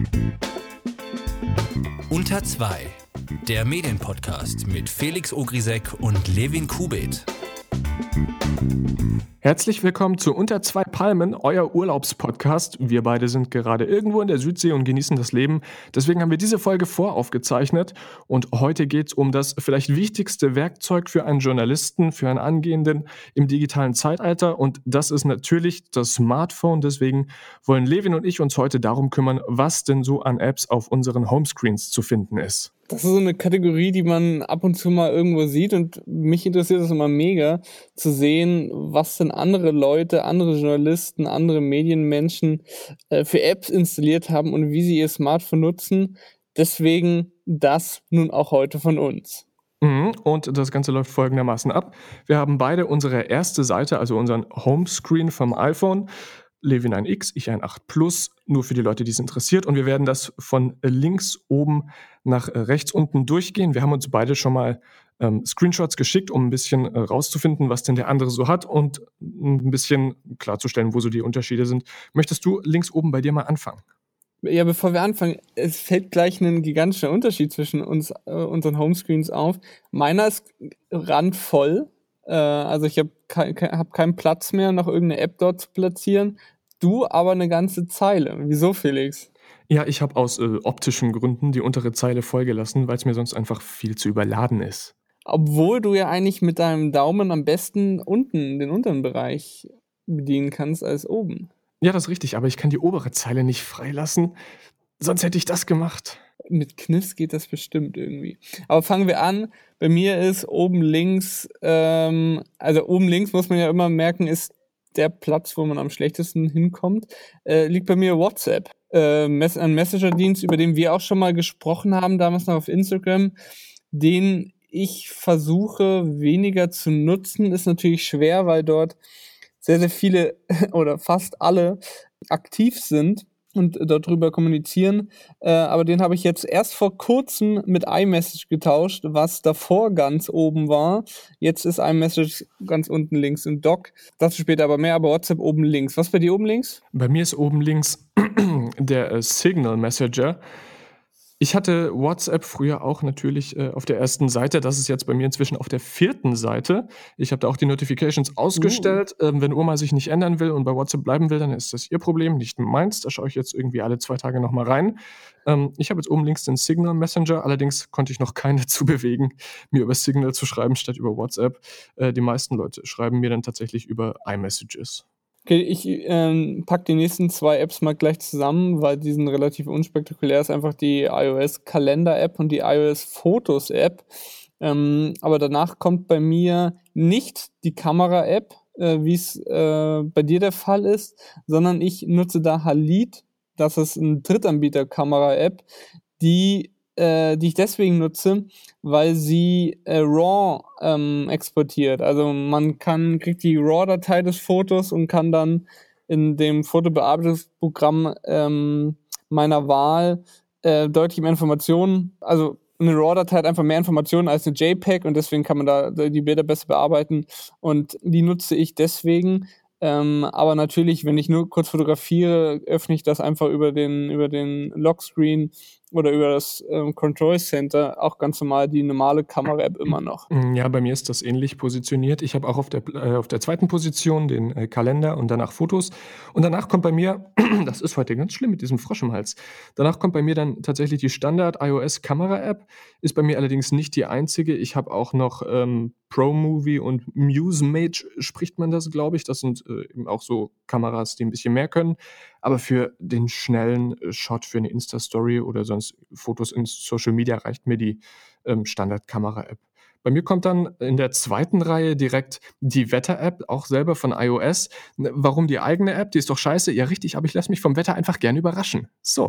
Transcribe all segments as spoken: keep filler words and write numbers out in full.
Unter zwei, der Medienpodcast mit Felix Ogrisek und Levin Kubit. Herzlich willkommen zu Unter zwei Palmen, euer Urlaubspodcast. Wir beide sind gerade irgendwo in der Südsee und genießen das Leben. Deswegen haben wir diese Folge voraufgezeichnet. Und heute geht es um das vielleicht wichtigste Werkzeug für einen Journalisten, für einen Angehenden im digitalen Zeitalter. Und das ist natürlich das Smartphone. Deswegen wollen Levin und ich uns heute darum kümmern, was denn so an Apps auf unseren Homescreens zu finden ist. Das ist so eine Kategorie, die man ab und zu mal irgendwo sieht, und mich interessiert es immer mega zu sehen, was denn andere Leute, andere Journalisten, andere Medienmenschen äh, für Apps installiert haben und wie sie ihr Smartphone nutzen. Deswegen das nun auch heute von uns. Mhm, und das Ganze läuft folgendermaßen ab. Wir haben beide unsere erste Seite, also unseren Homescreen vom iPhone. Levin ein X, ich ein acht Plus, nur für die Leute, die es interessiert. Und wir werden das von links oben nach rechts unten durchgehen. Wir haben uns beide schon mal ähm, Screenshots geschickt, um ein bisschen äh, rauszufinden, was denn der andere so hat und ein bisschen klarzustellen, wo so die Unterschiede sind. Möchtest du links oben bei dir mal anfangen? Ja, bevor wir anfangen, es fällt gleich ein gigantischer Unterschied zwischen uns, äh, unseren Homescreens auf. Meiner ist randvoll. Äh, also ich habe kein, kein, hab keinen Platz mehr, noch irgendeine App dort zu platzieren. Du aber eine ganze Zeile. Wieso, Felix? Ja, ich habe aus äh, optischen Gründen die untere Zeile vollgelassen, weil es mir sonst einfach viel zu überladen ist. Obwohl du ja eigentlich mit deinem Daumen am besten unten, den unteren Bereich bedienen kannst als oben. Ja, das ist richtig, aber ich kann die obere Zeile nicht freilassen, sonst hätte ich das gemacht. Mit Kniffs geht das bestimmt irgendwie. Aber fangen wir an. Bei mir ist oben links, ähm, also oben links muss man ja immer merken, ist der Platz, wo man am schlechtesten hinkommt, äh, liegt bei mir WhatsApp. Äh, Mess- ein Messenger-Dienst, über den wir auch schon mal gesprochen haben, damals noch auf Instagram, den ich versuche weniger zu nutzen. Ist natürlich schwer, weil dort sehr, sehr viele oder fast alle aktiv sind und darüber kommunizieren. Äh, aber den habe ich jetzt erst vor kurzem mit iMessage getauscht, was davor ganz oben war. Jetzt ist iMessage ganz unten links im Dock. Dazu später aber mehr, aber WhatsApp oben links. Was bei dir oben links? Bei mir ist oben links der äh, Signal Messenger. Ich hatte WhatsApp früher auch natürlich äh, auf der ersten Seite. Das ist jetzt bei mir inzwischen auf der vierten Seite. Ich habe da auch die Notifications ausgestellt. Uh. Ähm, wenn Oma sich nicht ändern will und bei WhatsApp bleiben will, dann ist das ihr Problem, nicht meins. Da schaue ich jetzt irgendwie alle zwei Tage nochmal rein. Ähm, ich habe jetzt oben links den Signal Messenger. Allerdings konnte ich noch keine dazu bewegen, mir über Signal zu schreiben statt über WhatsApp. Äh, die meisten Leute schreiben mir dann tatsächlich über iMessages. Okay, ich ähm, packe die nächsten zwei Apps mal gleich zusammen, weil die sind relativ unspektakulär. Das ist einfach die iOS-Kalender-App und die iOS-Fotos-App. Ähm, aber danach kommt bei mir nicht die Kamera-App, äh, wie es äh, bei dir der Fall ist, sondern ich nutze da Halid. Das ist eine Drittanbieter-Kamera-App, die Äh, die ich deswegen nutze, weil sie äh, RAW ähm, exportiert. Also man kann kriegt die RAW-Datei des Fotos und kann dann in dem Fotobearbeitungsprogramm ähm, meiner Wahl äh, deutlich mehr Informationen, also eine RAW-Datei hat einfach mehr Informationen als eine JPEG und deswegen kann man da die Bilder besser bearbeiten und die nutze ich deswegen. Ähm, aber natürlich, wenn ich nur kurz fotografiere, öffne ich das einfach über den, über den Lockscreen oder über das ähm, Control Center, auch ganz normal die normale Kamera-App immer noch. Ja, bei mir ist das ähnlich positioniert. Ich habe auch auf der, äh, auf der zweiten Position den äh, Kalender und danach Fotos. Und danach kommt bei mir, das ist heute ganz schlimm mit diesem Frosch im Hals, danach kommt bei mir dann tatsächlich die Standard-iOS-Kamera-App, ist bei mir allerdings nicht die einzige. Ich habe auch noch ähm, ProMovie und MuseMage, spricht man das, glaube ich. Das sind äh, eben auch so Kameras, die ein bisschen mehr können. Aber für den schnellen Shot für eine Insta-Story oder sonst Fotos in Social Media reicht mir die ähm, Standard-Kamera-App. Bei mir kommt dann in der zweiten Reihe direkt die Wetter-App, auch selber von iOS. Warum die eigene App? Die ist doch scheiße. Ja, richtig, aber ich lasse mich vom Wetter einfach gerne überraschen. So.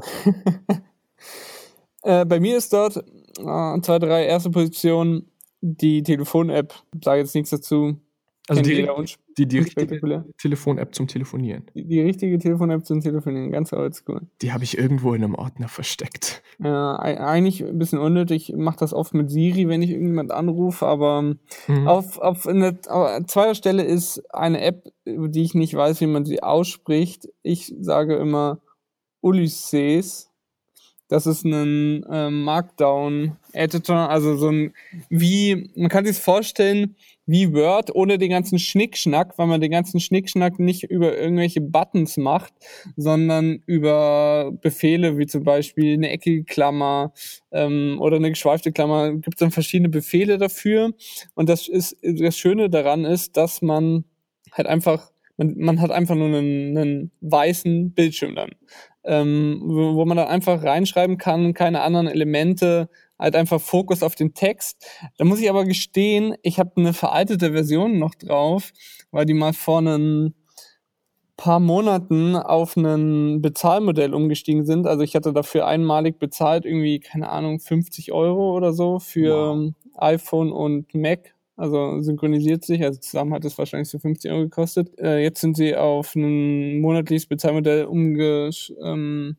äh, bei mir ist dort äh, zwei, drei erste Position die Telefon-App. Sage jetzt nichts dazu. Also Kennt die, jeder ri- die, die richtige Telefon-App zum Telefonieren. Die, die richtige Telefon-App zum Telefonieren, ganz oldschool. Die habe ich irgendwo in einem Ordner versteckt. Äh, ei- eigentlich ein bisschen unnötig. Ich mache das oft mit Siri, wenn ich irgendjemand anrufe, aber Mhm. auf, auf eine, an zweiter Stelle ist eine App, die ich nicht weiß, wie man sie ausspricht. Ich sage immer Ulysses. Das ist ein ähm, Markdown-Editor, also so ein, wie, man kann sich vorstellen, wie Word ohne den ganzen Schnickschnack, weil man den ganzen Schnickschnack nicht über irgendwelche Buttons macht, sondern über Befehle, wie zum Beispiel eine eckige Klammer ähm, oder eine geschweifte Klammer, gibt es dann verschiedene Befehle dafür. Und das ist, das Schöne daran ist, dass man halt einfach, man, man hat einfach nur einen, einen weißen Bildschirm dann. Ähm, wo, wo man dann einfach reinschreiben kann, keine anderen Elemente, halt einfach Fokus auf den Text. Da muss ich aber gestehen, ich habe eine veraltete Version noch drauf, weil die mal vor einem paar Monaten auf ein Bezahlmodell umgestiegen sind. Also ich hatte dafür einmalig bezahlt, irgendwie, keine Ahnung, fünfzig Euro oder so für Wow. iPhone und Mac. Also synchronisiert sich, also zusammen hat es wahrscheinlich so fünfzig Euro gekostet. Äh, jetzt sind sie auf ein monatliches Bezahlmodell umgewechselt. Ähm,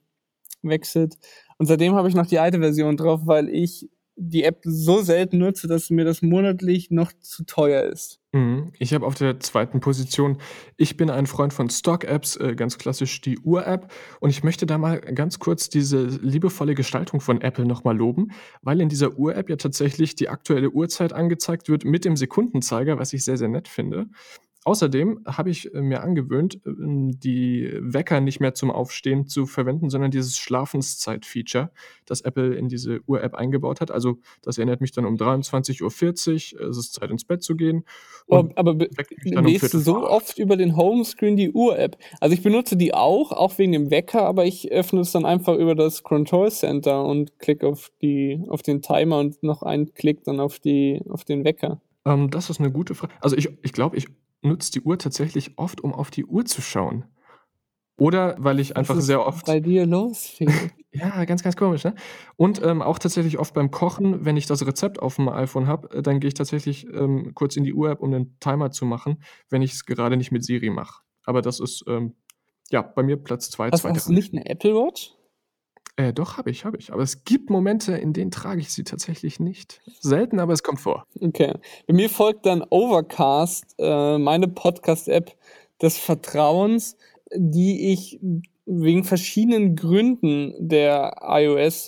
und seitdem habe ich noch die alte Version drauf, weil ich die App so selten nutze, dass mir das monatlich noch zu teuer ist. Mhm. Ich habe auf der zweiten Position, ich bin ein Freund von Stock-Apps, äh, ganz klassisch die Uhr-App. Und ich möchte da mal ganz kurz diese liebevolle Gestaltung von Apple noch mal loben, weil in dieser Uhr-App ja tatsächlich die aktuelle Uhrzeit angezeigt wird mit dem Sekundenzeiger, was ich sehr, sehr nett finde. Außerdem habe ich äh, mir angewöhnt, ähm, die Wecker nicht mehr zum Aufstehen zu verwenden, sondern dieses Schlafenszeit-Feature, das Apple in diese Uhr-App eingebaut hat. Also, das erinnert mich dann um dreiundzwanzig Uhr vierzig, es ist Zeit, ins Bett zu gehen Aber, und aber be- weckt mich dann um lädst du Viertel vor so acht. oft über den Homescreen die Uhr-App? Also ich benutze die auch, auch wegen dem Wecker, aber ich öffne es dann einfach über das Control Center und klicke auf die, auf den Timer und noch einen Klick dann auf die, auf den Wecker. Ähm, das ist 'ne gute Frage. Also, ich ich glaube, ich nutze die Uhr tatsächlich oft, um auf die Uhr zu schauen. Oder weil ich Was einfach ist sehr oft bei dir los, Felix? ja, ganz, ganz komisch, ne? Und, ähm, auch tatsächlich oft beim Kochen, wenn ich das Rezept auf'm iPhone habe, äh, dann gehe ich tatsächlich, ähm, kurz in die Uhr-App, um den Timer zu machen, wenn ich's gerade nicht mit Siri mache. Aber das ist, ähm, ja, bei mir Platz zwei, Hast, hast du zweitrangig. nicht eine Apple Watch? Äh, doch, habe ich, habe ich. Aber es gibt Momente, in denen trage ich sie tatsächlich nicht. Selten, aber es kommt vor. Okay. Bei mir folgt dann Overcast, äh, meine Podcast-App des Vertrauens, die ich wegen verschiedenen Gründen der iOS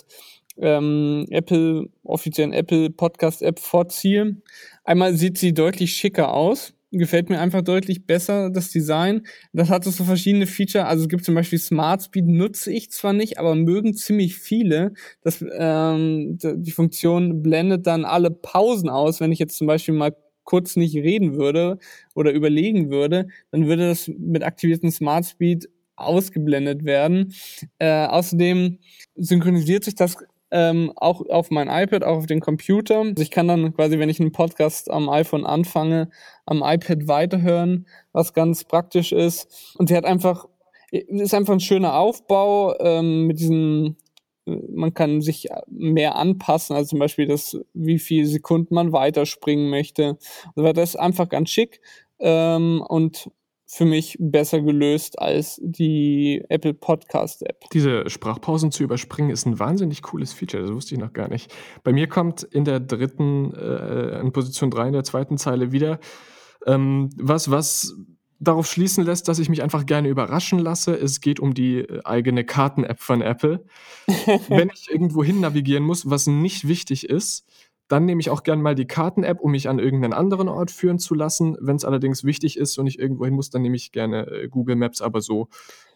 ähm, Apple, offiziellen Apple Podcast-App vorziehe. Einmal sieht sie deutlich schicker aus. Gefällt mir einfach deutlich besser, das Design. Das hat so verschiedene Feature. Also es gibt zum Beispiel Smart Speed, nutze ich zwar nicht, aber mögen ziemlich viele. Das, ähm, d- die Funktion blendet dann alle Pausen aus. Wenn ich jetzt zum Beispiel mal kurz nicht reden würde oder überlegen würde, dann würde das mit aktivierten Smart Speed ausgeblendet werden. Äh, außerdem synchronisiert sich das ähm, auch auf mein iPad, auch auf den Computer. Also ich kann dann quasi, wenn ich einen Podcast am iPhone anfange, am iPad weiterhören, was ganz praktisch ist. Und sie hat einfach, ist einfach ein schöner Aufbau ähm, mit diesen, man kann sich mehr anpassen, also zum Beispiel das, wie viele Sekunden man weiterspringen möchte. Also das ist einfach ganz schick ähm, und für mich besser gelöst als die Apple Podcast App. Diese Sprachpausen zu überspringen, ist 'n wahnsinnig cooles Feature, das wusste ich noch gar nicht. Bei mir kommt in der dritten, äh, in Position drei in der zweiten Zeile wieder, ähm, was was darauf schließen lässt, dass ich mich einfach gerne überraschen lasse. Es geht um die, äh, eigene Karten-App von Apple. Wenn ich irgendwohin navigieren muss, was nicht wichtig ist, dann nehme ich auch gern mal die Karten-App, um mich an irgendeinen anderen Ort führen zu lassen. Wenn's allerdings wichtig ist und ich irgendwohin muss, dann nehme ich gerne, äh, Google Maps, aber so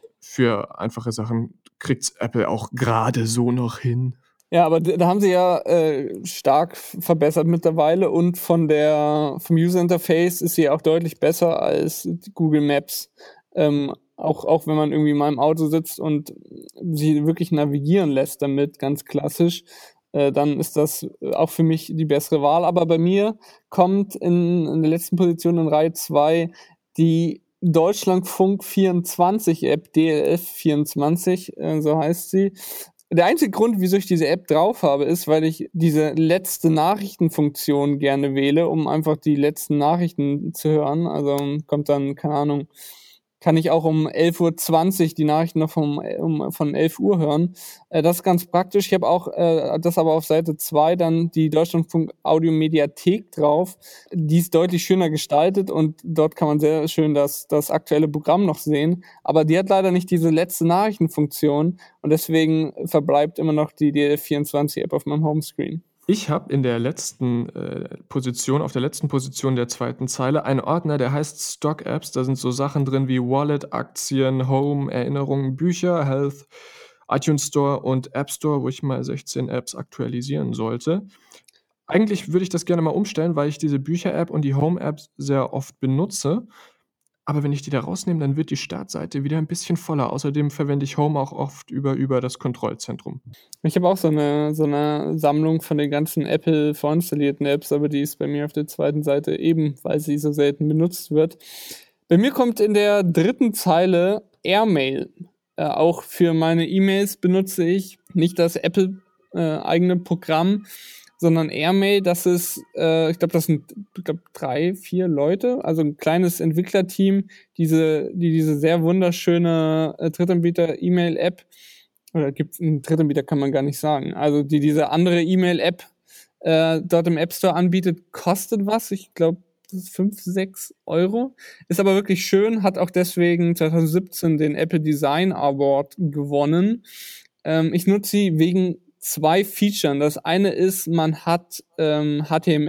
für einfache Sachen kriegt's Apple auch grade so noch hin. Ja, aber d da haben sie ja äh, stark f verbessert mittlerweile und von der vom User Interface ist sie auch deutlich besser als Google Maps. Ähm, auch auch wenn man irgendwie mal im Auto sitzt und sie wirklich navigieren lässt damit, ganz klassisch, äh, dann ist das äh, auch für mich die bessere Wahl. Aber bei mir kommt in in der letzten Position in Reihe zwei die Deutschlandfunk vierundzwanzig App, D L F vierundzwanzig, äh, so heißt sie. Der einzige Grund, wieso ich diese App drauf habe, ist, weil ich diese letzte Nachrichtenfunktion gerne wähle, um einfach die letzten Nachrichten zu hören. Also kommt dann, keine Ahnung, kann ich auch um elf Uhr zwanzig die Nachrichten noch vom, um, von elf Uhr hören. Äh, das ist ganz praktisch. Ich habe auch äh, das aber auf Seite zwei dann die Deutschlandfunk Audio-Mediathek drauf. Die ist deutlich schöner gestaltet und dort kann man sehr schön das, das aktuelle Programm noch sehen. Aber die hat leider nicht diese letzte Nachrichtenfunktion und deswegen verbleibt immer noch die D L F vierundzwanzig-App auf meinem Homescreen. Ich habe in der letzten äh, Position, auf der letzten Position der zweiten Zeile einen Ordner, der heißt Stock Apps. Da sind so Sachen drin wie Wallet, Aktien, Home, Erinnerungen, Bücher, Health, iTunes Store und App Store, wo ich mal sechzehn Apps aktualisieren sollte. Eigentlich würde ich das gerne mal umstellen, weil ich diese Bücher-App und die Home-App sehr oft benutze. Aber wenn ich die da rausnehme, dann wird die Startseite wieder ein bisschen voller. Außerdem verwende ich Home auch oft über, über das Kontrollzentrum. Ich habe auch so eine, so eine Sammlung von den ganzen Apple vorinstallierten Apps, aber die ist bei mir auf der zweiten Seite eben, weil sie so selten benutzt wird. Bei mir kommt in der dritten Zeile Airmail. Äh, auch für meine E-Mails benutze ich nicht das Apple äh, eigene Programm, sondern Airmail. Das ist, äh, ich glaube, das sind ich glaub, drei, vier Leute, also ein kleines Entwicklerteam, diese, die diese sehr wunderschöne äh, Drittanbieter-E-Mail-App, oder gibt es einen Drittanbieter, kann man gar nicht sagen, also die diese andere E-Mail-App äh, dort im App Store anbietet, kostet was, ich glaube, fünf, sechs Euro. Ist aber wirklich schön, hat auch deswegen zwanzig siebzehn den Apple Design Award gewonnen. Ähm, ich nutze sie wegen zwei Features. Das eine ist, man hat ähm, H T M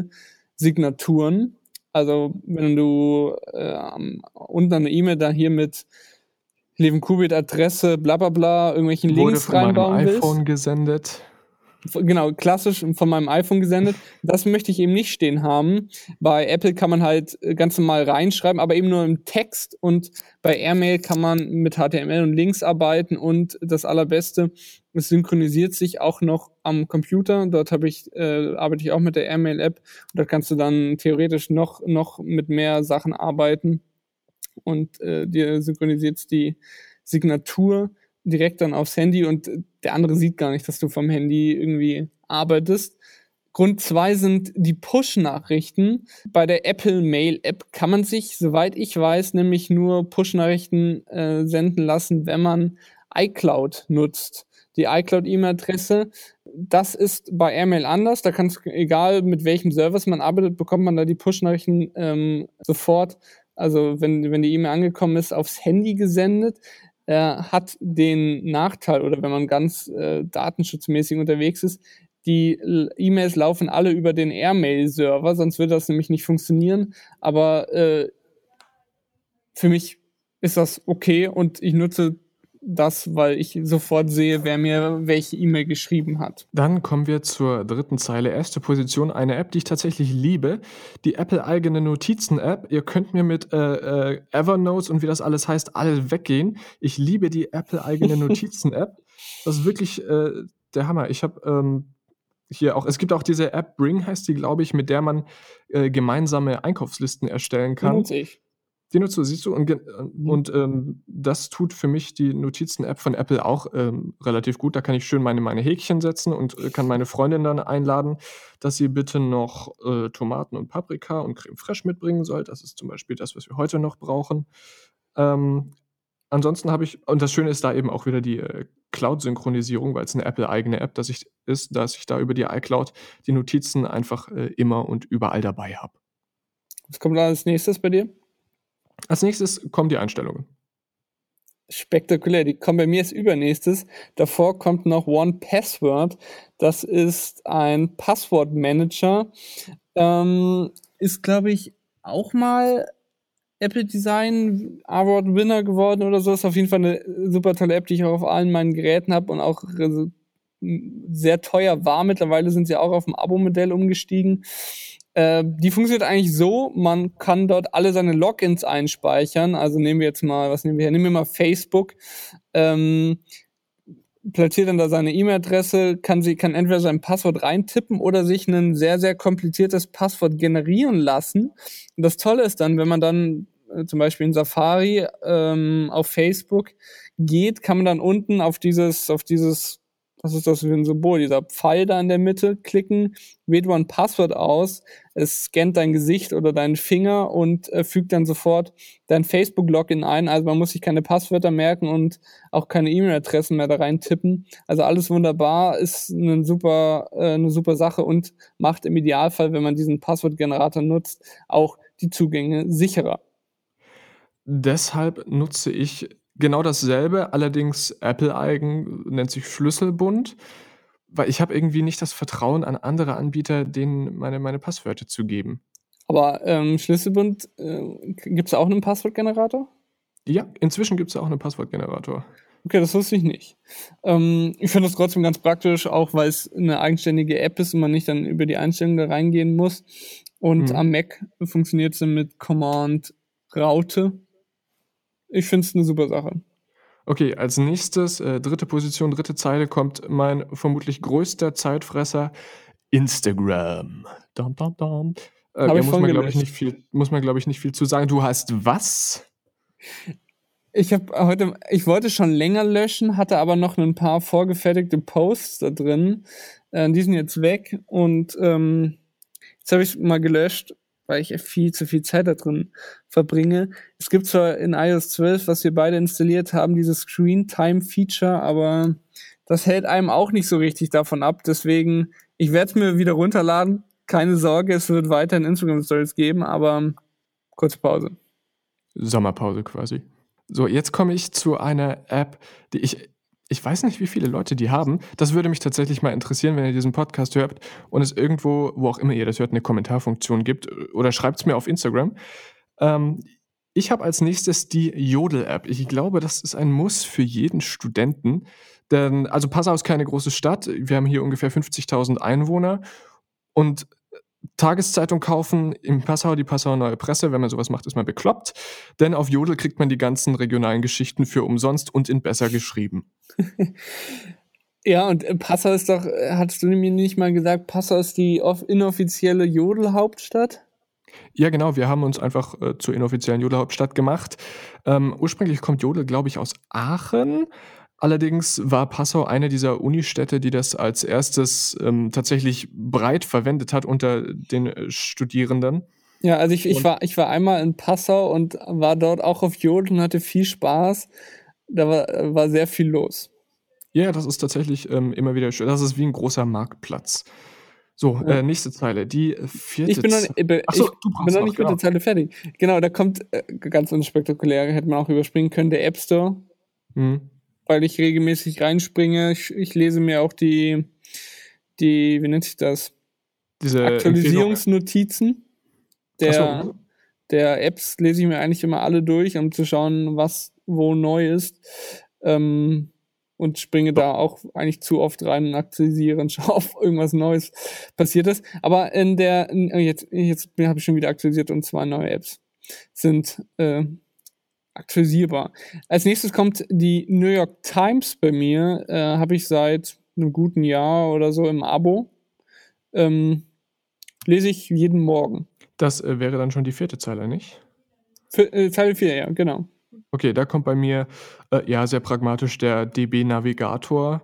L-Signaturen. Also wenn du äh, unten eine E-Mail da hier mit Levenkubit Adresse, bla bla bla, irgendwelchen Wurde Links von meinem reinbauen willst. iPhone gesendet. Genau, klassisch von meinem iPhone gesendet. Das möchte ich eben nicht stehen haben. Bei Apple kann man halt ganz normal reinschreiben, aber eben nur im Text. Und bei Airmail kann man mit H T M L und Links arbeiten. Und das Allerbeste, es synchronisiert sich auch noch am Computer. Dort habe ich, äh, arbeite ich auch mit der Airmail-App. Und da kannst du dann theoretisch noch, noch mit mehr Sachen arbeiten. Und äh, dir synchronisiert die Signatur direkt dann aufs Handy und der andere sieht gar nicht, dass du vom Handy irgendwie arbeitest. Grund zwei sind die Push-Nachrichten. Bei der Apple Mail-App kann man sich, soweit ich weiß, nämlich nur Push-Nachrichten äh, senden lassen, wenn man iCloud nutzt. Die iCloud-E-Mail-Adresse, das ist bei Airmail anders. Da kannst du, egal mit welchem Service man arbeitet, bekommt man da die Push-Nachrichten ähm, sofort, also wenn, wenn die E-Mail angekommen ist, aufs Handy gesendet. Äh, hat den Nachteil, oder wenn man ganz äh, datenschutzmäßig unterwegs ist, die E-Mails laufen alle über den Airmail-Server, sonst würde das nämlich nicht funktionieren. Aber äh, für mich ist das okay und ich nutze das, weil ich sofort sehe, wer mir welche E-Mail geschrieben hat. Dann kommen wir zur dritten Zeile. Erste Position, eine App, die ich tatsächlich liebe. Die Apple-eigene Notizen-App. Ihr könnt mir mit äh, äh, Evernote und wie das alles heißt, alle weggehen. Ich liebe die Apple-eigene Notizen-App. Das ist wirklich äh, der Hammer. Ich habe ähm, hier auch, es gibt auch diese App, Bring heißt die, glaube ich, mit der man äh, gemeinsame Einkaufslisten erstellen kann. Die nutze ich. Die nutzt du, siehst du, und, mhm. und ähm, das tut für mich die Notizen-App von Apple auch ähm, relativ gut. Da kann ich schön meine, meine Häkchen setzen und äh, kann meine Freundin dann einladen, dass sie bitte noch äh, Tomaten und Paprika und Creme Fraiche mitbringen soll. Das ist zum Beispiel das, was wir heute noch brauchen. Ähm, ansonsten habe ich, und das Schöne ist da eben auch wieder die äh, Cloud-Synchronisierung, weil es eine Apple-eigene App dass ich, ist, dass ich da über die iCloud die Notizen einfach äh, immer und überall dabei habe. Was kommt da als nächstes bei dir? Als nächstes kommen die Einstellungen. Spektakulär, die kommen bei mir als übernächstes. Davor kommt noch One Password. Das ist ein Passwortmanager. Ähm, ist, glaube ich, auch mal Apple Design Award Winner geworden oder so. Ist auf jeden Fall eine super tolle App, die ich auch auf allen meinen Geräten habe und auch sehr teuer war. Mittlerweile sind sie auch auf dem Abo-Modell umgestiegen. Äh, die funktioniert eigentlich so, man kann dort alle seine Logins einspeichern. Also nehmen wir jetzt mal, was nehmen wir hier? Nehmen wir mal Facebook. Ähm, platziert dann da seine E-Mail-Adresse, kann sie kann entweder sein Passwort reintippen oder sich ein sehr, sehr kompliziertes Passwort generieren lassen. Und das Tolle ist dann, wenn man dann äh, zum Beispiel in Safari ähm, auf Facebook geht, kann man dann unten auf dieses, auf dieses was ist das für ein Symbol? Dieser Pfeil da in der Mitte, klicken, wählt man ein Passwort aus, es scannt dein Gesicht oder deinen Finger und äh, fügt dann sofort dein Facebook-Login ein. Also man muss sich keine Passwörter merken und auch keine E-Mail-Adressen mehr da rein tippen. Also alles wunderbar, ist eine super, äh, eine super Sache und macht im Idealfall, wenn man diesen Passwortgenerator nutzt, auch die Zugänge sicherer. Deshalb nutze ich genau dasselbe, allerdings Apple-eigen, nennt sich Schlüsselbund, weil ich habe irgendwie nicht das Vertrauen an andere Anbieter, denen meine meine Passwörter zu geben. Aber ähm, Schlüsselbund, äh, gibt es auch einen Passwortgenerator? Ja, inzwischen gibt's ja auch 'nen Passwortgenerator. Okay, das wusste ich nicht. Ähm, ich finde das trotzdem ganz praktisch, auch weil es eine eigenständige App ist und man nicht dann über die Einstellungen da reingehen muss. Und Mhm. am Mac funktioniert sie mit Command Raute. Ich finde es eine super Sache. Okay, als nächstes, äh, dritte Position, dritte Zeile kommt mein vermutlich größter Zeitfresser, Instagram. Dam, dam, dam. Äh, Habe ja, ich muss vorhin man, glaube ich, gelöscht. nicht viel muss man, glaube ich, nicht viel zu sagen. Du hast was? Ich habe heute ich wollte schon länger löschen, hatte aber noch ein paar vorgefertigte Posts da drin. Äh, die sind jetzt weg und, ähm, jetzt habe ich's mal gelöscht, weil ich viel zu viel Zeit da drin verbringe. Es gibt zwar in i O S zwölf, was wir beide installiert haben, dieses Screen-Time-Feature, aber das hält einem auch nicht so richtig davon ab. Deswegen, ich werde es mir wieder runterladen. Keine Sorge, es wird weiterhin Instagram-Stories geben, aber kurze Pause. Sommerpause quasi. So, jetzt komme ich zu einer App, die ich ich weiß nicht, wie viele Leute die haben. Das würde mich tatsächlich mal interessieren, wenn ihr diesen Podcast hört und es irgendwo, wo auch immer ihr das hört, 'ne Kommentarfunktion gibt, äh, oder schreibt's mir auf Instagram. Ähm, ich habe als nächstes die Jodel-App. Ich glaube, das ist ein Muss für jeden Studenten, denn also Passau ist keine große Stadt. Wir haben hier ungefähr fünfzigtausend Einwohner und Tageszeitung kaufen in Passau, die Passauer Neue Presse, wenn man sowas macht, ist man bekloppt, denn auf Jodel kriegt man die ganzen regionalen Geschichten für umsonst und in besser geschrieben. Ja, und, äh, Passau ist doch äh, hattest du mir nicht mal gesagt, Passau ist die off inoffizielle Jodel-Hauptstadt? Ja, genau, wir haben uns einfach, äh, zur inoffiziellen Jodelhauptstadt gemacht. Ähm, ursprünglich kommt Jodel, glaube ich, aus Aachen. Allerdings war Passau eine dieser Unistädte, die das als erstes ähm, tatsächlich breit verwendet hat unter den, äh, Studierenden. Ja, also ich ich Und war ich war einmal in Passau und war dort auch auf Jodel und hatte viel Spaß. Da war äh, war sehr viel los. ja, das ist tatsächlich, ähm, immer wieder schön. Das ist wie 'n großer Marktplatz. So, Ja. äh, nächste Zeile, die Ich vierte bin noch ni Z äh, be ach so, ich du bin brauchst noch noch, nicht mit genau. der Zeile fertig. Genau, da kommt, äh, ganz unspektakulär, hätte man auch überspringen können, der App Store, Mhm. weil ich regelmäßig reinspringe. Ich ich lese mir auch die die wie nennt sich das? Diese Empfehlungen. Aktualisierungsnotizen Ach so, der mhm. der Apps lese ich mir eigentlich immer alle durch, um zu schauen, was wo neu ist. Ähm, und springe da auch eigentlich zu oft rein und aktualisiere und schaue, ob irgendwas Neues passiert ist. Aber in der in jetzt jetzt habe ich schon wieder aktualisiert und zwei neue Apps sind, äh, aktualisierbar. Als Nächstes kommt die New York Times bei mir, äh, habe ich seit 'nem guten Jahr oder so im Abo. Ähm, lese ich jeden Morgen. Das, äh, wäre dann schon die vierte Zeile, nicht? Für äh, Zeile vier, ja, genau. Okay, da kommt bei mir, äh, ja, sehr pragmatisch der D B Navigator,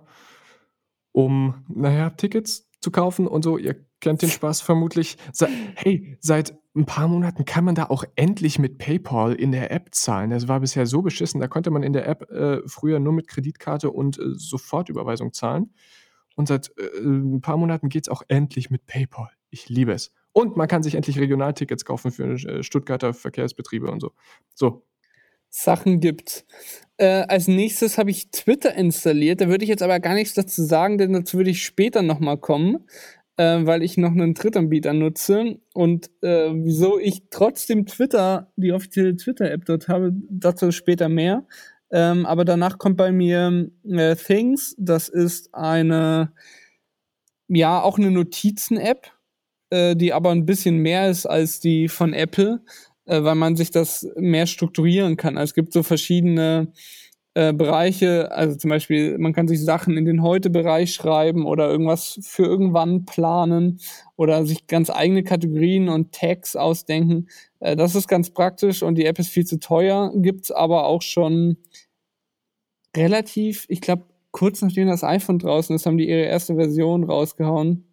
um, na ja, Tickets zu kaufen und so. Ihr kennt den Spaß vermutlich. Sei hey, seit 'n paar Monaten kann man da auch endlich mit PayPal in der App zahlen. Das war bisher so beschissen, da konnte man in der App, äh, früher nur mit Kreditkarte und, äh, Sofortüberweisung zahlen. Und seit, äh, 'n paar Monaten geht's auch endlich mit PayPal. Ich liebe es. Und man kann sich endlich Regionaltickets kaufen für, äh, Stuttgarter Verkehrsbetriebe und so. So, Sachen gibt. Äh, als Nächstes habe ich Twitter installiert. Da würde ich jetzt aber gar nichts dazu sagen, denn dazu würde ich später noch mal kommen, äh, weil ich noch 'nen Drittanbieter nutze. Und, äh, wieso ich trotzdem Twitter die offizielle Twitter-App dort habe, dazu später mehr. Ähm, aber danach kommt bei mir, äh, Things. Das ist eine ja, auch 'ne Notizen-App, äh, die aber 'n bisschen mehr ist als die von Apple, äh, weil man sich das mehr strukturieren kann. Also, es gibt so verschiedene, äh, Bereiche, also, zum Beispiel, man kann sich Sachen in den Heute-Bereich schreiben oder irgendwas für irgendwann planen oder sich ganz eigene Kategorien und Tags ausdenken. Äh, das ist ganz praktisch und die App ist viel zu teuer, gibt's aber auch schon relativ, ich glaube, kurz nachdem das iPhone draußen ist, haben die ihre erste Version rausgehauen.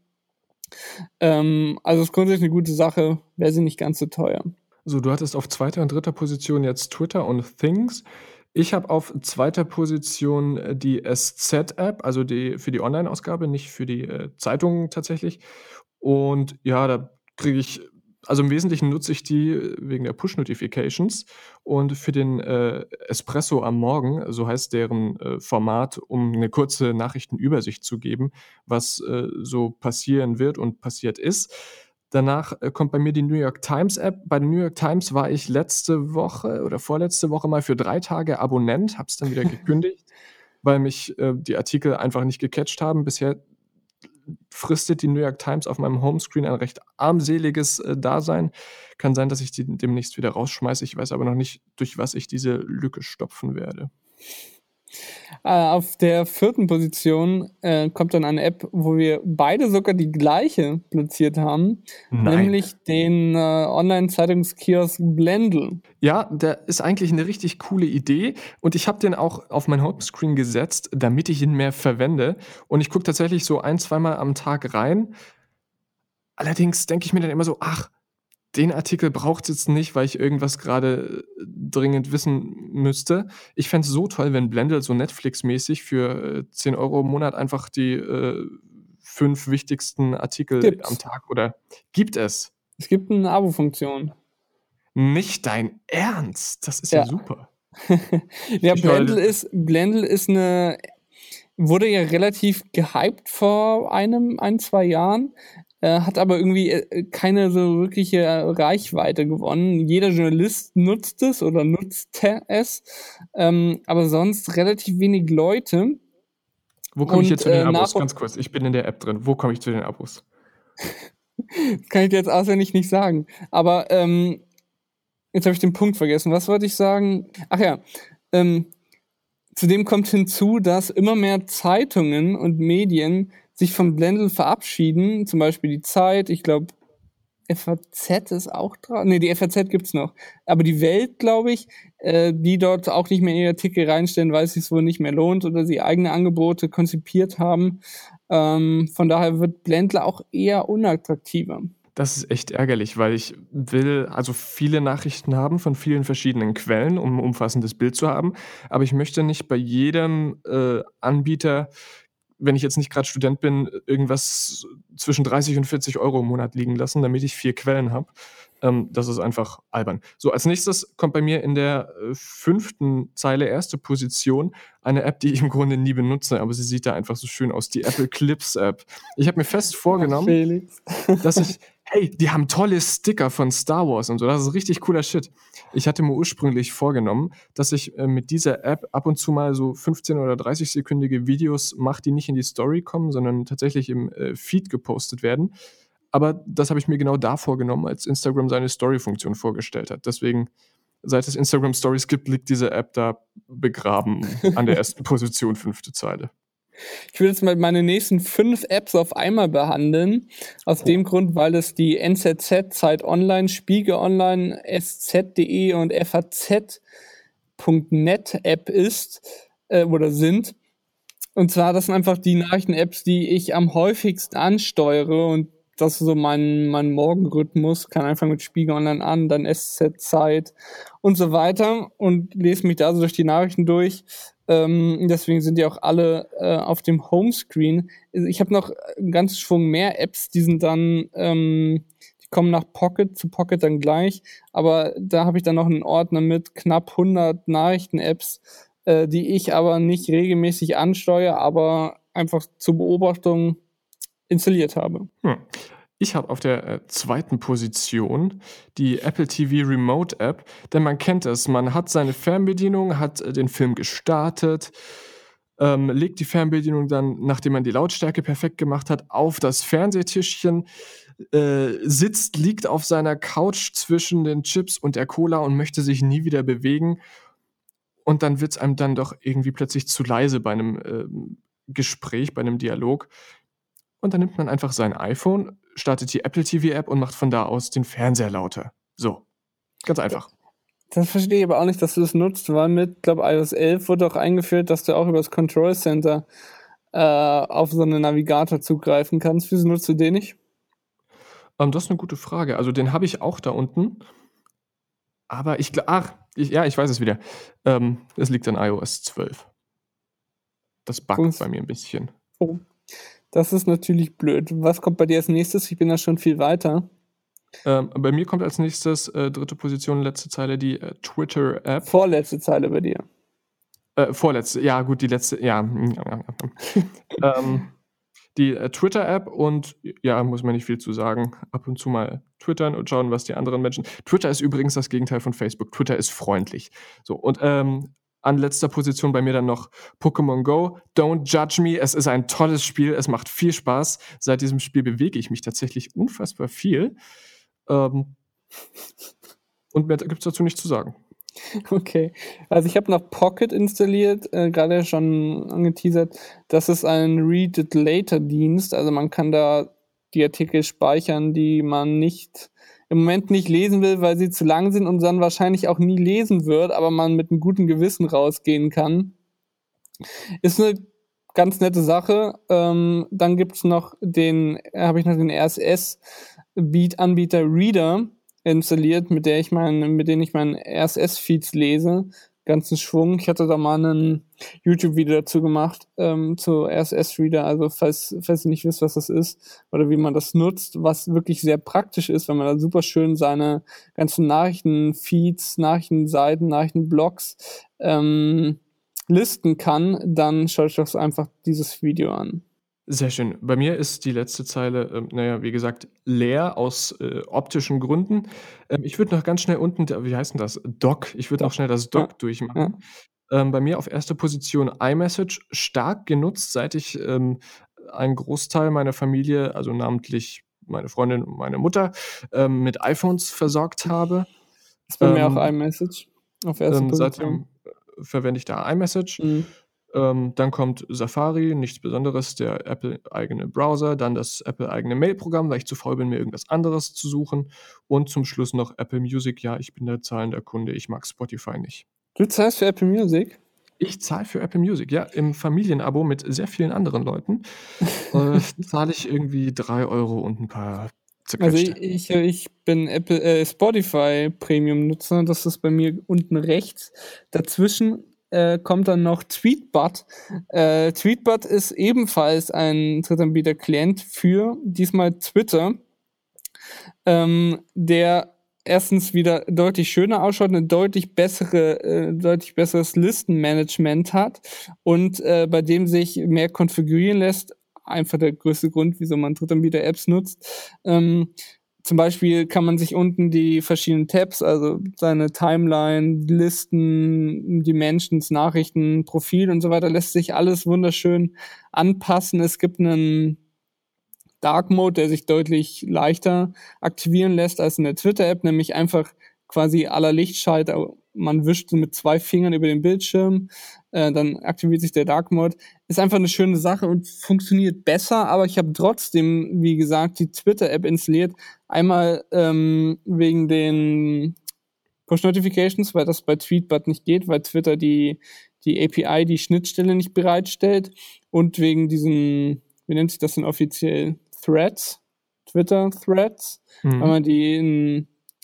Ähm, also ist grundsätzlich eine gute Sache, wäre sie nicht ganz so teuer. So, du hattest auf zweiter und dritter Position jetzt Twitter und Things. Ich habe auf zweiter Position äh, die S Z-App, also die für die Online-Ausgabe, nicht für die äh, Zeitungen tatsächlich. Und ja, da kriege ich, also im Wesentlichen nutze ich die äh, wegen der Push-Notifications und für den äh, Espresso am Morgen, so heißt deren äh, Format, um eine kurze Nachrichtenübersicht zu geben, was äh, so passieren wird und passiert ist. Danach äh, kommt bei mir die New York Times App. Bei der New York Times war ich letzte Woche oder vorletzte Woche mal für drei Tage Abonnent, habe es dann wieder gekündigt, weil mich äh, die Artikel einfach nicht gecatcht haben. Bisher fristet die New York Times auf meinem Homescreen ein recht armseliges äh, Dasein. Kann sein, dass ich die demnächst wieder rausschmeiße. Ich weiß aber noch nicht, durch was ich diese Lücke stopfen werde. Äh, auf der vierten Position äh, kommt dann eine App, wo wir beide sogar die gleiche platziert haben, Nein. nämlich den äh, Online-Zeitungskiosk Blendl. Ja, der ist eigentlich eine richtig coole Idee und ich habe den auch auf mein Homescreen gesetzt, damit ich ihn mehr verwende. Und ich gucke tatsächlich so ein, zweimal am Tag rein. Allerdings denke ich mir dann immer so, ach, den Artikel braucht es jetzt nicht, weil ich irgendwas gerade äh, dringend wissen müsste. Ich fände es so toll, wenn Blendl so Netflix-mäßig für äh, zehn Euro im Monat einfach die äh, fünf wichtigsten Artikel Gibt's. am Tag oder gibt es? Es gibt eine Abo-Funktion. Nicht dein Ernst? Das ist ja, Ja. super. Ja, Ich Blendl meine- ist, Blendl ist eine, wurde ja relativ gehypt vor einem, ein, zwei Jahren, äh, hat aber irgendwie äh, keine so wirkliche Reichweite gewonnen. Jeder Journalist nutzt es oder nutzte es, ähm, aber sonst relativ wenig Leute. Wo komme ich Und, jetzt zu den äh, Abos? nach- Ganz kurz, ich bin in der App drin. Wo komme ich zu den Abos? Das kann ich dir jetzt auswendig nicht sagen. Aber ähm, jetzt habe ich den Punkt vergessen. Was wollte ich sagen? Ach ja, ähm, zudem kommt hinzu, dass immer mehr Zeitungen und Medien sich von Blendl verabschieden. Zum Beispiel die Zeit, ich glaube, F A Z ist auch dran. Ne, die F A Z gibt's noch. Aber die Welt, glaube ich, äh, die dort auch nicht mehr in ihre Artikel reinstellen, weil es sich wohl nicht mehr lohnt oder sie eigene Angebote konzipiert haben. Ähm, von daher wird Blendl auch eher unattraktiver. Das ist echt ärgerlich, weil ich will also viele Nachrichten haben von vielen verschiedenen Quellen, um ein umfassendes Bild zu haben. Aber ich möchte nicht bei jedem äh, Anbieter, wenn ich jetzt nicht gerade Student bin, irgendwas zwischen dreißig und vierzig Euro im Monat liegen lassen, damit ich vier Quellen habe. Ähm, das ist einfach albern. So, als nächstes kommt bei mir in der äh, fünften Zeile, erste Position, eine App, die ich im Grunde nie benutze, aber sie sieht da einfach so schön aus, die Apple Clips App. Ich habe mir fest vorgenommen, Felix. dass ich, hey, die haben tolle Sticker von Star Wars und so, das ist richtig cooler Shit. Ich hatte mir ursprünglich vorgenommen, dass ich äh, mit dieser App ab und zu mal so fünfzehn- oder dreißig-sekündige Videos mache, die nicht in die Story kommen, sondern tatsächlich im äh, Feed gepostet werden. Aber das habe ich mir genau da vorgenommen, als Instagram seine Story-Funktion vorgestellt hat. Deswegen, seit es Instagram Stories gibt, liegt diese App da begraben an der ersten Position, fünfte Zeile. Ich will jetzt mal meine nächsten fünf Apps auf einmal behandeln. Aus dem Grund, weil es die N Z Z, Zeit Online, Spiegel Online, S Z punkt de und F A Z punkt net App ist äh, oder sind. Und zwar, das sind einfach die Nachrichten-Apps, die ich am häufigsten ansteuere und das ist so mein, mein Morgenrhythmus. Kann einfach mit Spiegel Online an, dann S Z Zeit und so weiter und lese mich da so durch die Nachrichten durch. Ähm, deswegen sind die auch alle äh, auf dem Homescreen. Ich habe noch einen ganzen Schwung mehr Apps, die sind dann, ähm, die kommen nach Pocket, zu Pocket dann gleich, aber da habe ich dann noch einen Ordner mit knapp hundert Nachrichten-Apps, äh, die ich aber nicht regelmäßig ansteuere, aber einfach zur Beobachtung installiert habe. Hm. Ich habe auf der äh, zweiten Position die Apple T V Remote App, denn man kennt es, man hat seine Fernbedienung, hat äh, den Film gestartet, ähm, legt die Fernbedienung dann, nachdem man die Lautstärke perfekt gemacht hat, auf das Fernsehtischchen, äh, sitzt, liegt auf seiner Couch zwischen den Chips und der Cola und möchte sich nie wieder bewegen. Und dann wird es einem dann doch irgendwie plötzlich zu leise bei einem ähm, Gespräch, bei einem Dialog. Und dann nimmt man einfach sein iPhone, startet die Apple T V App und macht von da aus den Fernseher lauter. So, ganz einfach. Das verstehe ich aber auch nicht, dass du das nutzt, weil mit, glaube i O S elf wurde auch eingeführt, dass du auch über das Control Center äh, auf so einen Navigator zugreifen kannst. Wieso nutzt du den nicht? Ähm, das ist 'ne gute Frage. Also, den habe ich auch da unten, aber ich gla ach, ich ja, ich weiß es wieder. Ähm, es liegt an i O S zwölf. Das buggt Funks bei mir 'n bisschen. Oh, das ist natürlich blöd. Was kommt bei dir als Nächstes? Ich bin da schon viel weiter. Ähm, bei mir kommt als Nächstes, äh, dritte Position, letzte Zeile, die, äh, Twitter-App. Vorletzte Zeile bei dir. Äh, vorletzte, ja gut, die letzte, ja. Ähm, die, äh, Twitter-App und ja, muss man nicht viel zu sagen. Ab und zu mal twittern und schauen, was die anderen Menschen Twitter ist übrigens das Gegenteil von Facebook. Twitter ist freundlich. So, und, ähm, an letzter Position bei mir dann noch Pokémon Go. Don't judge me, es ist ein tolles Spiel, es macht viel Spaß. Seit diesem Spiel bewege ich mich tatsächlich unfassbar viel. Ähm und mehr gibt's dazu nicht zu sagen. Okay. Also, ich habe noch Pocket installiert, äh, grade schon angeteasert. Das ist ein Read-it-later-Dienst. Also, man kann da die Artikel speichern, die man nicht im Moment nicht lesen will, weil sie zu lang sind und dann wahrscheinlich auch nie lesen wird, aber man mit 'nem guten Gewissen rausgehen kann. Ist 'ne ganz nette Sache. Ähm, dann gibt's noch den habe ich noch den R S S-Beat-Anbieter Reader installiert, mit der ich mein mit denen ich meine R S S-Feeds lese, ganzen Schwung. Ich hatte da mal 'nen YouTube-Video dazu gemacht, ähm, zu R S S-Reader. Also, falls falls ihr nicht wisst, was das ist oder wie man das nutzt, was wirklich sehr praktisch ist, weil man da super schön seine ganzen Nachrichtenfeeds, Nachrichtenseiten, Nachrichtenblogs, ähm, listen kann, dann schaut euch doch einfach dieses Video an. Sehr schön. Bei mir ist die letzte Zeile, ähm, na ja, wie gesagt, leer aus, äh, optischen Gründen. Ähm, ich würde noch ganz schnell unten d wie heißt 'n das? Dock. Ich würde noch Dock. schnell das Ja, Dock ja. durchmachen. Ähm, bei mir auf erster Position iMessage, stark genutzt, seit ich, ähm, einen Großteil meiner Familie, also namentlich meine Freundin und meine Mutter, ähm, mit iPhones versorgt habe. Ist bei mir auch Ähm iMessage auf erster ähm, Position. seitdem, äh, verwende ich da iMessage. Mhm. Ähm, dann kommt Safari, nichts Besonderes, der Apple-eigene Browser, dann das Apple-eigene Mailprogramm, weil ich zu faul bin, mir irgendwas anderes zu suchen und zum Schluss noch Apple Music. Ja, ich bin da zahlender Kunde, ich mag Spotify nicht. Du zahlst für Apple Music? Ich zahle für Apple Music, ja, im Familienabo mit sehr vielen anderen Leuten, äh, zahle ich irgendwie drei Euro und 'n paar Also, zerquetschte. ich ich bin Apple äh, Spotify Premium-Nutzer, das ist bei mir unten rechts. Dazwischen, äh, kommt dann noch Tweetbot. Äh, Tweetbot ist ebenfalls ein Drittanbieter-Client für diesmal Twitter, ähm, der erstens wieder deutlich schöner ausschaut, 'ne deutlich bessere äh, deutlich besseres Listenmanagement hat und, äh, bei dem sich mehr konfigurieren lässt. Einfach der größte Grund, wieso man Drittanbieter-Apps nutzt. Ähm, zum Beispiel kann man sich unten die verschiedenen Tabs, also seine Timeline, Listen, Dimensions, Nachrichten, Profil und so weiter, lässt sich alles wunderschön anpassen. Es gibt 'nen Dark Mode, der sich deutlich leichter aktivieren lässt als in der Twitter-App, nämlich einfach quasi à la Lichtschalter. Man wischt so mit zwei Fingern über den Bildschirm, äh, dann aktiviert sich der Dark Mode. Ist einfach 'ne schöne Sache und funktioniert besser, aber ich habe trotzdem, wie gesagt, die Twitter-App installiert. Einmal, ähm, wegen den Push-Notifications, weil das bei Tweetbot nicht geht, weil Twitter die die A P I, die Schnittstelle nicht bereitstellt und wegen diesen, wie nennt sich das denn offiziell? Threads? Twitter-Threads, weil Mhm. man die in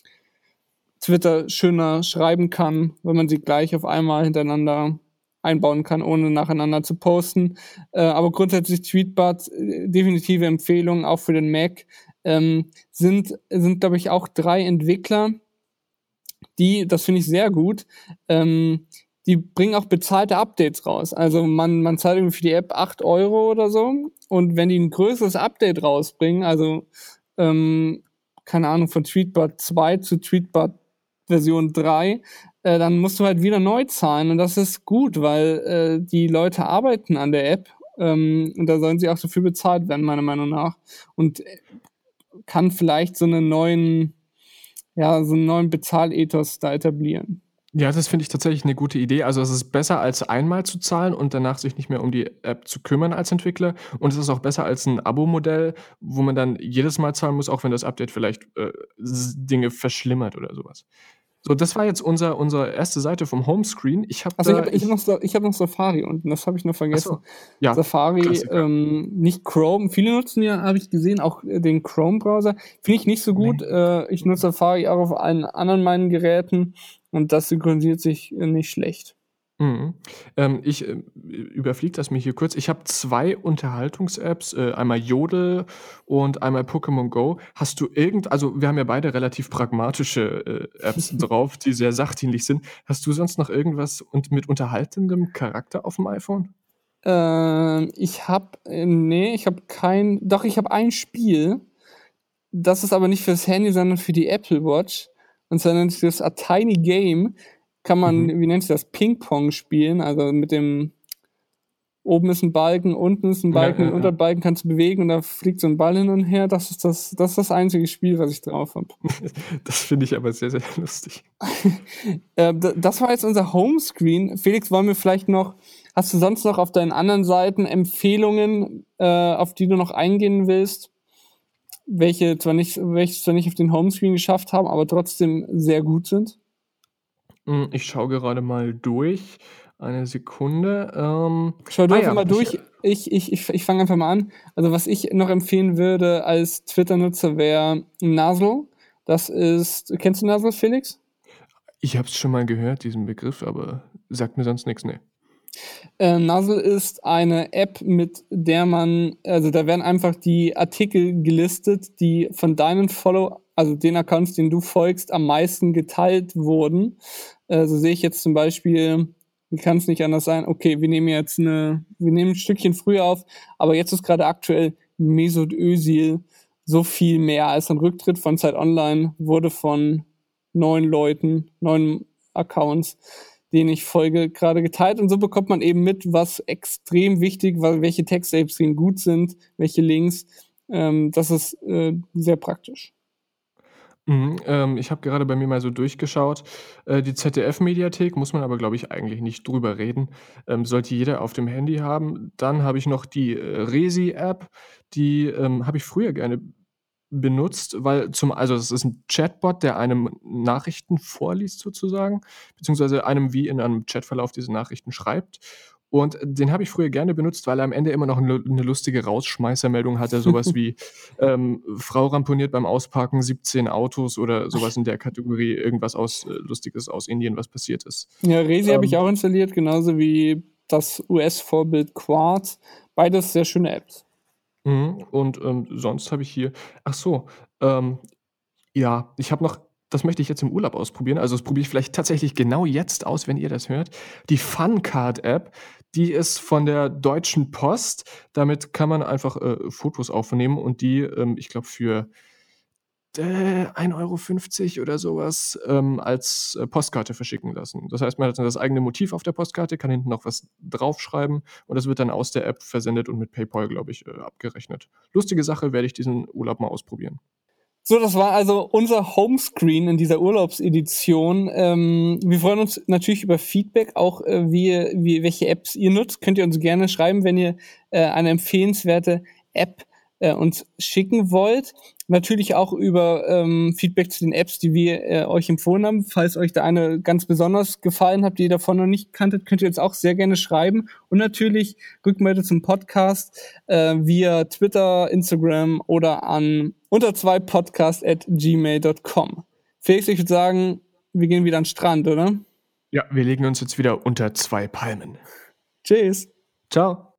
Twitter schöner schreiben kann, wenn man sie gleich auf einmal hintereinander einbauen kann, ohne nacheinander zu posten. Äh, aber grundsätzlich Tweetbot, äh, definitive Empfehlung, auch für den Mac. Ähm, sind sind, glaube ich, auch drei Entwickler, die das finde ich sehr gut, ähm, die bringen auch bezahlte Updates raus. Also, man man zahlt irgendwie für die App acht Euro oder so und wenn die 'n größeres Update rausbringen, also, ähm, keine Ahnung, von Tweetbot zwei zu Tweetbot Version drei, äh, dann musst du halt wieder neu zahlen und das ist gut, weil, äh, die Leute arbeiten an der App, ähm, und da sollen sie auch dafür bezahlt werden, meiner Meinung nach. Und, äh, kann vielleicht so 'nen neuen ja, so 'n neuen Bezahlethos da etablieren. Ja, das finde ich tatsächlich 'ne gute Idee. Also, es ist besser, als einmal zu zahlen und danach sich nicht mehr um die App zu kümmern als Entwickler. Und es ist auch besser als 'n Abo-Modell, wo man dann jedes Mal zahlen muss, auch wenn das Update vielleicht, äh, s Dinge verschlimmert oder so was. So, das war jetzt unser unsere erste Seite vom Homescreen. Ich habe Also, ich da habe ich ich habe noch Sa ich habe noch Safari unten, das habe ich noch Ach vergessen. so, ja, Safari, Klassiker. ähm, nicht Chrome. Viele nutzen ja, habe ich gesehen, auch, äh, den Chrome-Browser. Finde ich nicht so gut. Ne. Äh, ich nutze Safari auch auf allen anderen meinen Geräten und das synchronisiert sich, äh, nicht schlecht. Mhm. Ähm, ich, ähm, überfliege das mir hier kurz. Ich habe zwei Unterhaltungs-Apps, äh, einmal Jodel und einmal Pokémon Go. Hast du irgend also, wir haben ja beide relativ pragmatische, äh, Apps drauf, die sehr sachdienlich sind. Hast du sonst noch irgendwas und mit unterhaltendem Charakter aufm iPhone? Ähm, ich habe äh, ne, ich habe kein doch, ich habe ein Spiel, das ist aber nicht fürs Handy, sondern für die Apple Watch. Und zwar nennt sich das A Tiny Game. Kann man, Mhm. wie nennt sich das, Ping-Pong spielen, also mit dem oben ist 'n Balken, unten ist 'n Ja, Balken, den ja, ja. Unterbalken kannst du bewegen und da fliegt so 'n Ball hin und her. Das ist das das ist das einzige Spiel, was ich drauf habe. Das finde ich aber sehr, sehr lustig. Äh, d das war jetzt unser Homescreen. Felix, wollen wir vielleicht noch hast du sonst noch auf deinen anderen Seiten Empfehlungen, äh, auf die du noch eingehen willst? Welche zwar nicht welche zwar nicht auf den Homescreen geschafft haben, aber trotzdem sehr gut sind? Hm, ich schaue gerade mal durch. Eine Sekunde. Ähm, Schau du ah einfach ja, mal ich, äh durch. Ich ich ich ich fange einfach mal an. Also, was ich noch empfehlen würde als Twitter-Nutzer wäre Nuzzle. Das ist kennst du Nuzzle, Felix? Ich habe es schon mal gehört, diesen Begriff, aber sagt mir sonst nix, ne. Äh, Nuzzle ist eine App, mit der man also, da werden einfach die Artikel gelistet, die von deinen Follow also, den Accounts, denen du folgst, am meisten geteilt wurden. Äh, so sehe ich jetzt zum Beispiel wie kann's nicht anders sein? Okay, wir nehmen jetzt 'ne wir nehmen 'n Stückchen früher auf, aber jetzt ist grade aktuell Mesut Özil so viel mehr als ein Rücktritt von Zeit Online wurde von neun Leuten, neun Accounts, denen ich folge, grade geteilt und so bekommt man eben mit, was extrem wichtig weil welche Texte extrem gut sind, welche Links. Ähm, das ist, äh, sehr praktisch. Mhm, ähm, ich habe gerade bei mir mal so durchgeschaut. Äh, die Z D F-Mediathek muss man aber, glaube ich, eigentlich nicht drüber reden. Ähm, sollte jeder auf dem Handy haben. Dann habe ich noch die, äh, Resi-App, die, ähm, habe ich früher gerne benutzt, weil zum also, das ist 'n Chatbot, der einem Nachrichten vorliest sozusagen, beziehungsweise einem wie in einem Chatverlauf diese Nachrichten schreibt. Und den habe ich früher gerne benutzt, weil er am Ende immer noch 'ne 'ne lustige Rausschmeißer-Meldung hatte, so was wie, ähm, Frau ramponiert beim Ausparken siebzehn Autos oder so was in der Kategorie, irgendwas aus äh, Lustiges aus Indien, was passiert ist. Ja, Resi habe ich Ähm auch installiert, genauso wie das U S-Vorbild Quartz. Beides sehr schöne Apps. Mhm, und, ähm, sonst habe ich hier ach so, ähm, ja, ich habe noch das möchte ich jetzt im Urlaub ausprobieren. Also, das probiere ich vielleicht tatsächlich genau jetzt aus, wenn ihr das hört. Die Funcard-App, die ist von der Deutschen Post. Damit kann man einfach, äh, Fotos aufnehmen und die, ähm, ich glaube, für äh, ein Euro fünfzig oder so was, ähm, als, äh, Postkarte verschicken lassen. Das heißt, man hat dann das eigene Motiv auf der Postkarte, kann hinten noch was draufschreiben und das wird dann aus der App versendet und mit PayPal, glaube ich, äh, abgerechnet. Lustige Sache, werde ich diesen Urlaub mal ausprobieren. So, das war also unser Homescreen in dieser Urlaubsedition. Ähm, wir freuen uns natürlich über Feedback, auch, äh, wie wie welche Apps ihr nutzt. Könnt ihr uns gerne schreiben, wenn ihr, äh, eine empfehlenswerte App, äh, uns schicken wollt. Natürlich auch über, ähm, Feedback zu den Apps, die wir, äh, euch empfohlen haben. Falls euch da eine ganz besonders gefallen hat, die ihr davon noch nicht kanntet, könnt ihr uns auch sehr gerne schreiben. Und natürlich Rückmeldung zum Podcast, äh, via Twitter, Instagram oder an unter zwei podcast at gmail dot com. Felix, ich würde sagen, wir gehen wieder an 'n Strand, oder? Ja, wir legen uns jetzt wieder unter zwei Palmen. Tschüss. Tschau.